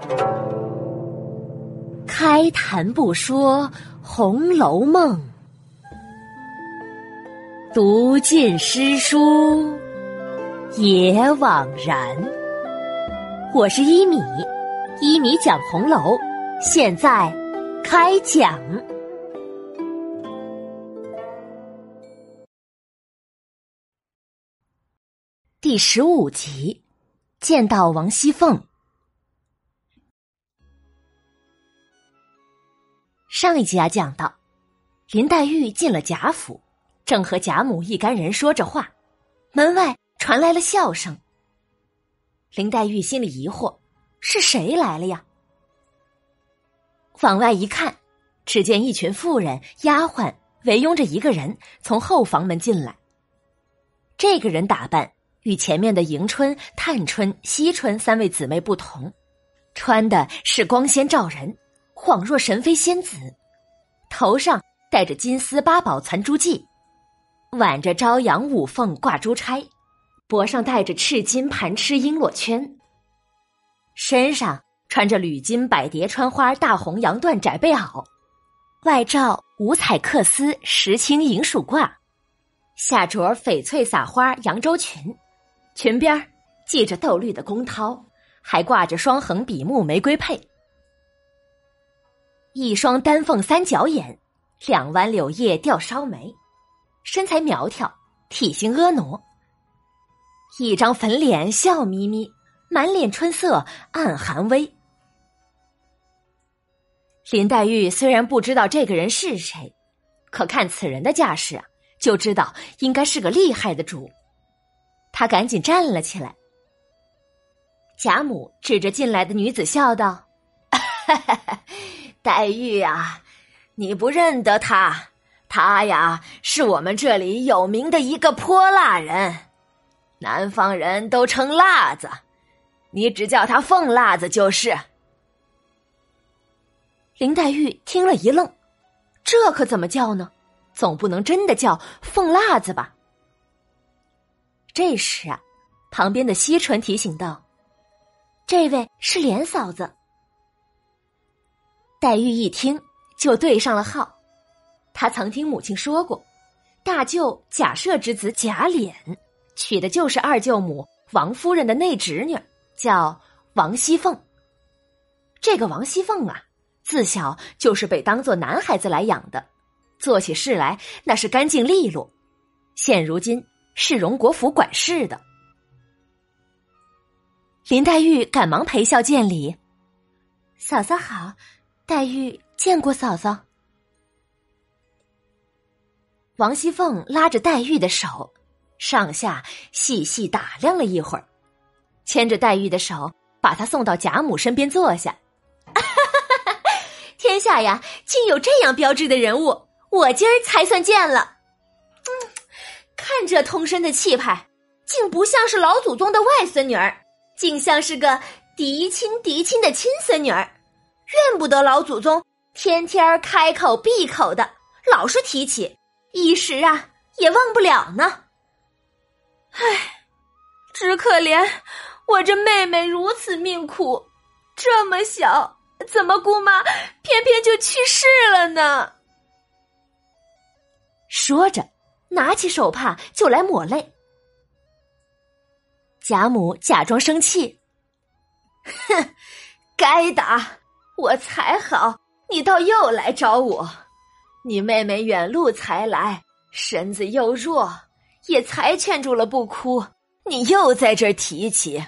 开谈不说《红楼梦》，读尽诗书也枉然。我是一米，一米讲红楼，现在开讲。第15集，见到王熙凤。上一集讲到，林黛玉进了贾府，正和贾母一干人说着话，门外传来了笑声。林黛玉心里疑惑，是谁来了呀？往外一看，只见一群妇人丫鬟围拥着一个人从后房门进来。这个人打扮与前面的迎春、探春、惜春三位姊妹不同，穿的是光鲜照人，恍若神妃仙子，头上戴着金丝八宝攒珠髻，挽着朝阳五凤挂珠钗，脖上戴着赤金盘螭璎珞圈，身上穿着缕金百蝶穿花大红洋缎窄背袄，外罩五彩缂丝石青银鼠褂，下着翡翠撒花扬州裙，裙边系着豆绿的宫绦，还挂着双横比目玫瑰佩，一双丹凤三角眼，两弯柳叶吊梢眉，身材苗条，体型婀娜，一张粉脸笑眯眯，满脸春色暗含微。林黛玉虽然不知道这个人是谁，可看此人的架势啊，就知道应该是个厉害的主。她赶紧站了起来。贾母指着进来的女子笑道：黛玉啊，你不认得他，他呀是我们这里有名的一个泼辣人，南方人都称辣子，你只叫他凤辣子就是。林黛玉听了一愣，这可怎么叫呢？总不能真的叫凤辣子吧？这时啊，旁边的惜春提醒道：这位是琏嫂子。黛玉一听就对上了号，她曾听母亲说过，大舅贾赦之子贾琏娶的就是二舅母王夫人的内侄女，叫王熙凤。这个王熙凤啊，自小就是被当作男孩子来养的，做起事来那是干净利落，现如今是荣国府管事的。林黛玉赶忙陪笑见礼：嫂嫂好，黛玉见过嫂嫂。王熙凤拉着黛玉的手，上下细细打量了一会儿，牵着黛玉的手把她送到贾母身边坐下。天下呀，竟有这样标致的人物，我今儿才算见了。看这通身的气派，竟不像是老祖宗的外孙女儿，竟像是个嫡亲的亲孙女儿。怨不得老祖宗天天开口闭口的，老是提起，一时啊也忘不了呢。唉，只可怜我这妹妹如此命苦，这么小，怎么姑妈偏偏就去世了呢？说着，拿起手帕就来抹泪。贾母假装生气：哼，该打，我才好，你倒又来找我。你妹妹远路才来，身子又弱，也才劝住了不哭，你又在这儿提起。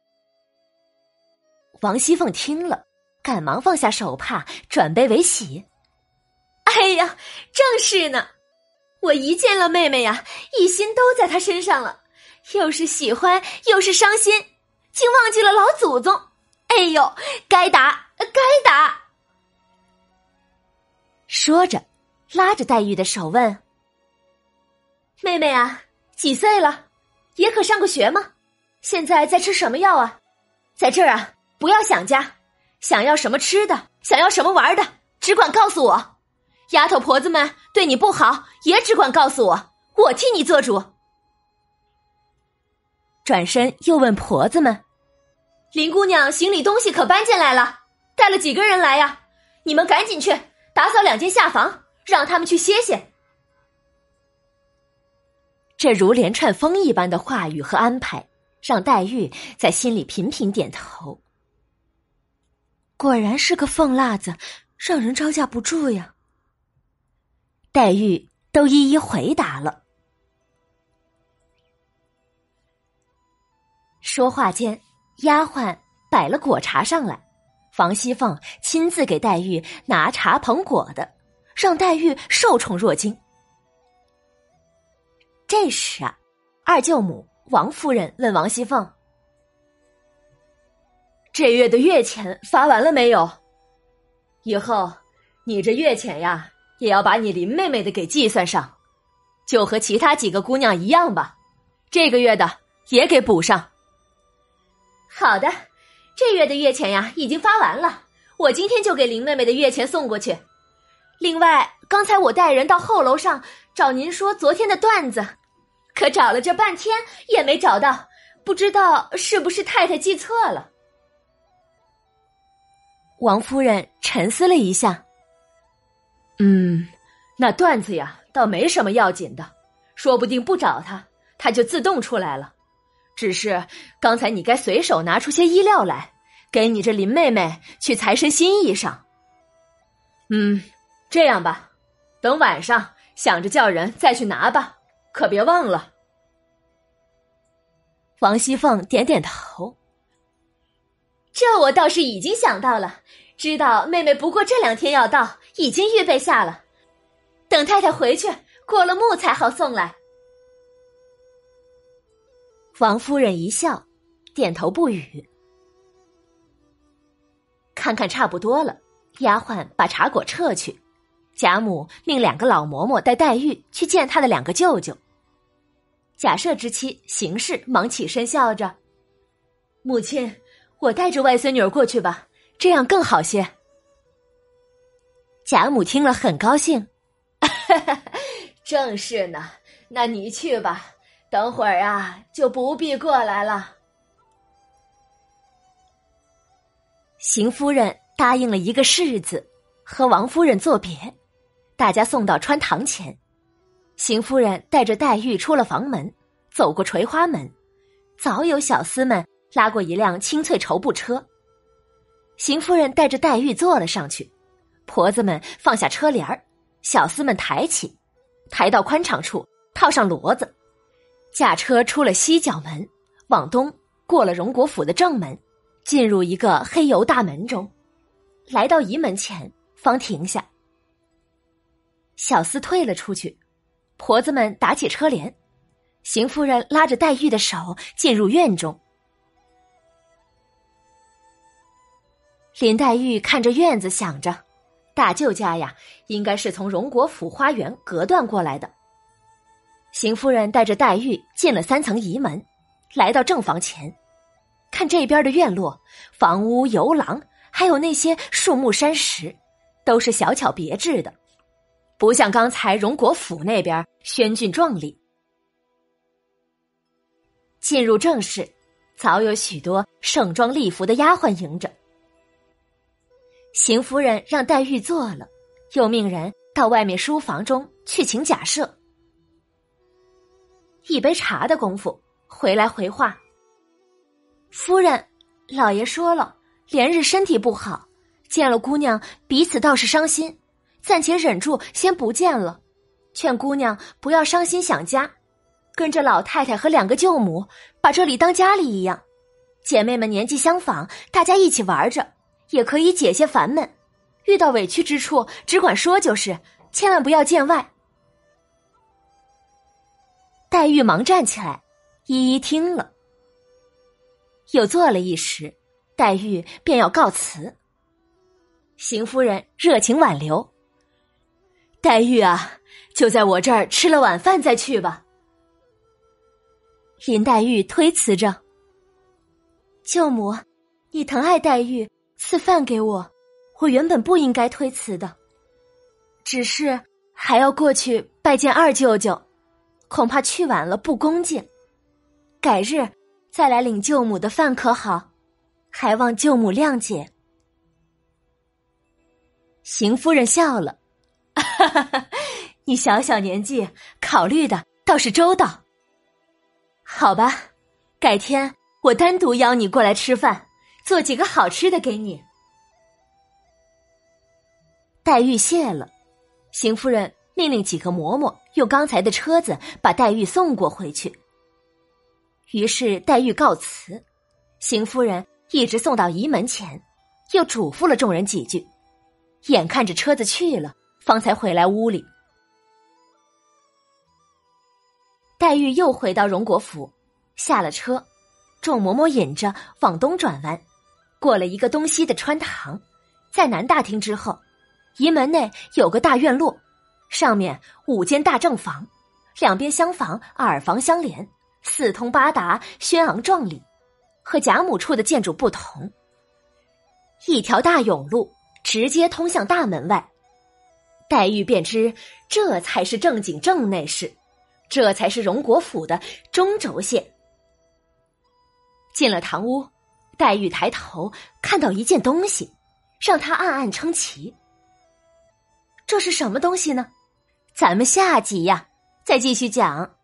王熙凤听了，赶忙放下手帕，转悲为喜：哎呀，正是呢，我一见了妹妹呀，一心都在她身上了，又是喜欢又是伤心，竟忘记了老祖宗。哎呦，该打该打！说着，拉着黛玉的手问：妹妹啊，几岁了？也可上过学吗？现在在吃什么药啊？在这儿啊，不要想家，想要什么吃的，想要什么玩的，只管告诉我。丫头婆子们对你不好，也只管告诉我，我替你做主。转身又问婆子们： 林姑娘行李东西可搬进来了，带了几个人来呀？你们赶紧去打扫2间下房，让他们去歇歇。这如连串风一般的话语和安排，让黛玉在心里频频点头。果然是个凤辣子，让人招架不住呀。黛玉都一一回答了。说话间，丫鬟摆了果茶上来，王熙凤亲自给黛玉拿茶捧果的，让黛玉受宠若惊。这时啊，二舅母王夫人问王熙凤：“这月的月钱发完了没有？以后你这月钱呀，也要把你林妹妹的给计算上，就和其他几个姑娘一样吧，这个月的也给补上。”好的，这月的月钱呀已经发完了，我今天就给林妹妹的月钱送过去。另外，刚才我带人到后楼上找您说昨天的缎子，可找了这半天也没找到，不知道是不是太太记错了。王夫人沉思了一下，那缎子呀倒没什么要紧的，说不定不找它就自动出来了。只是刚才你该随手拿出些衣料来，给你这林妹妹去裁身新衣裳。这样吧，等晚上想着叫人再去拿吧，可别忘了。王熙凤点点头，这我倒是已经想到了，知道妹妹不过这2天要到，已经预备下了，等太太回去过了幕才好送来。王夫人一笑，点头不语。看看差不多了，丫鬟把茶果撤去，贾母命2个老嬷嬷带黛玉去见她的2个舅舅。贾赦之妻邢氏忙起身笑着：“母亲，我带着外孙女儿过去吧，这样更好些。”贾母听了很高兴：“正是呢，那你去吧，等会儿啊就不必过来了。”邢夫人答应了一个是字，和王夫人作别，大家送到穿堂前。邢夫人带着黛玉出了房门，走过垂花门，早有小厮们拉过一辆青翠绸布车。邢夫人带着黛玉坐了上去，婆子们放下车帘儿，小厮们抬起，抬到宽敞处，套上骡子，驾车出了西角门，往东过了荣国府的正门，进入一个黑油大门中，来到仪门前方停下。小厮退了出去，婆子们打起车帘，邢夫人拉着黛玉的手进入院中。林黛玉看着院子，想着大舅家呀应该是从荣国府花园隔断过来的。邢夫人带着黛玉进了3层仪门，来到正房前，看这边的院落，房屋游廊还有那些树木山石，都是小巧别致的，不像刚才荣国府那边轩峻壮丽。进入正室，早有许多盛装丽服的丫鬟迎着。邢夫人让黛玉坐了，又命人到外面书房中去请贾赦。一杯茶的功夫，回来回话：“夫人，老爷说了，连日身体不好，见了姑娘彼此倒是伤心，暂且忍住先不见了，劝姑娘不要伤心想家，跟着老太太和2个舅母把这里当家里一样，姐妹们年纪相仿，大家一起玩着，也可以解些烦闷，遇到委屈之处只管说就是，千万不要见外。”黛玉忙站起来，一一听了。又坐了一时，黛玉便要告辞。邢夫人热情挽留：“黛玉啊，就在我这儿吃了晚饭再去吧。”林黛玉推辞着：“舅母，你疼爱黛玉，赐饭给我，我原本不应该推辞的，只是还要过去拜见二舅舅，恐怕去晚了不恭敬，改日再来领舅母的饭可好？” 还望舅母谅解。邢夫人笑了，哈哈哈，你小小年纪，考虑的倒是周到。好吧，改天我单独邀你过来吃饭，做几个好吃的给你。黛玉谢了，邢夫人命令几个嬷嬷用刚才的车子把黛玉送过回去。于是黛玉告辞，邢夫人一直送到仪门前，又嘱咐了众人几句，眼看着车子去了，方才回来屋里。黛玉又回到荣国府，下了车，众嬷嬷引着往东转弯，过了一个东西的穿堂，在南大厅之后，仪门内有个大院落，上面5间大正房，两边厢房耳房相连，四通八达，轩昂壮丽，和贾母处的建筑不同。一条大甬路直接通向大门外，黛玉便知这才是正经正内室，这才是荣国府的中轴线。进了堂屋，黛玉抬头看到一件东西，让她暗暗称奇。这是什么东西呢？咱们下集呀，再继续讲。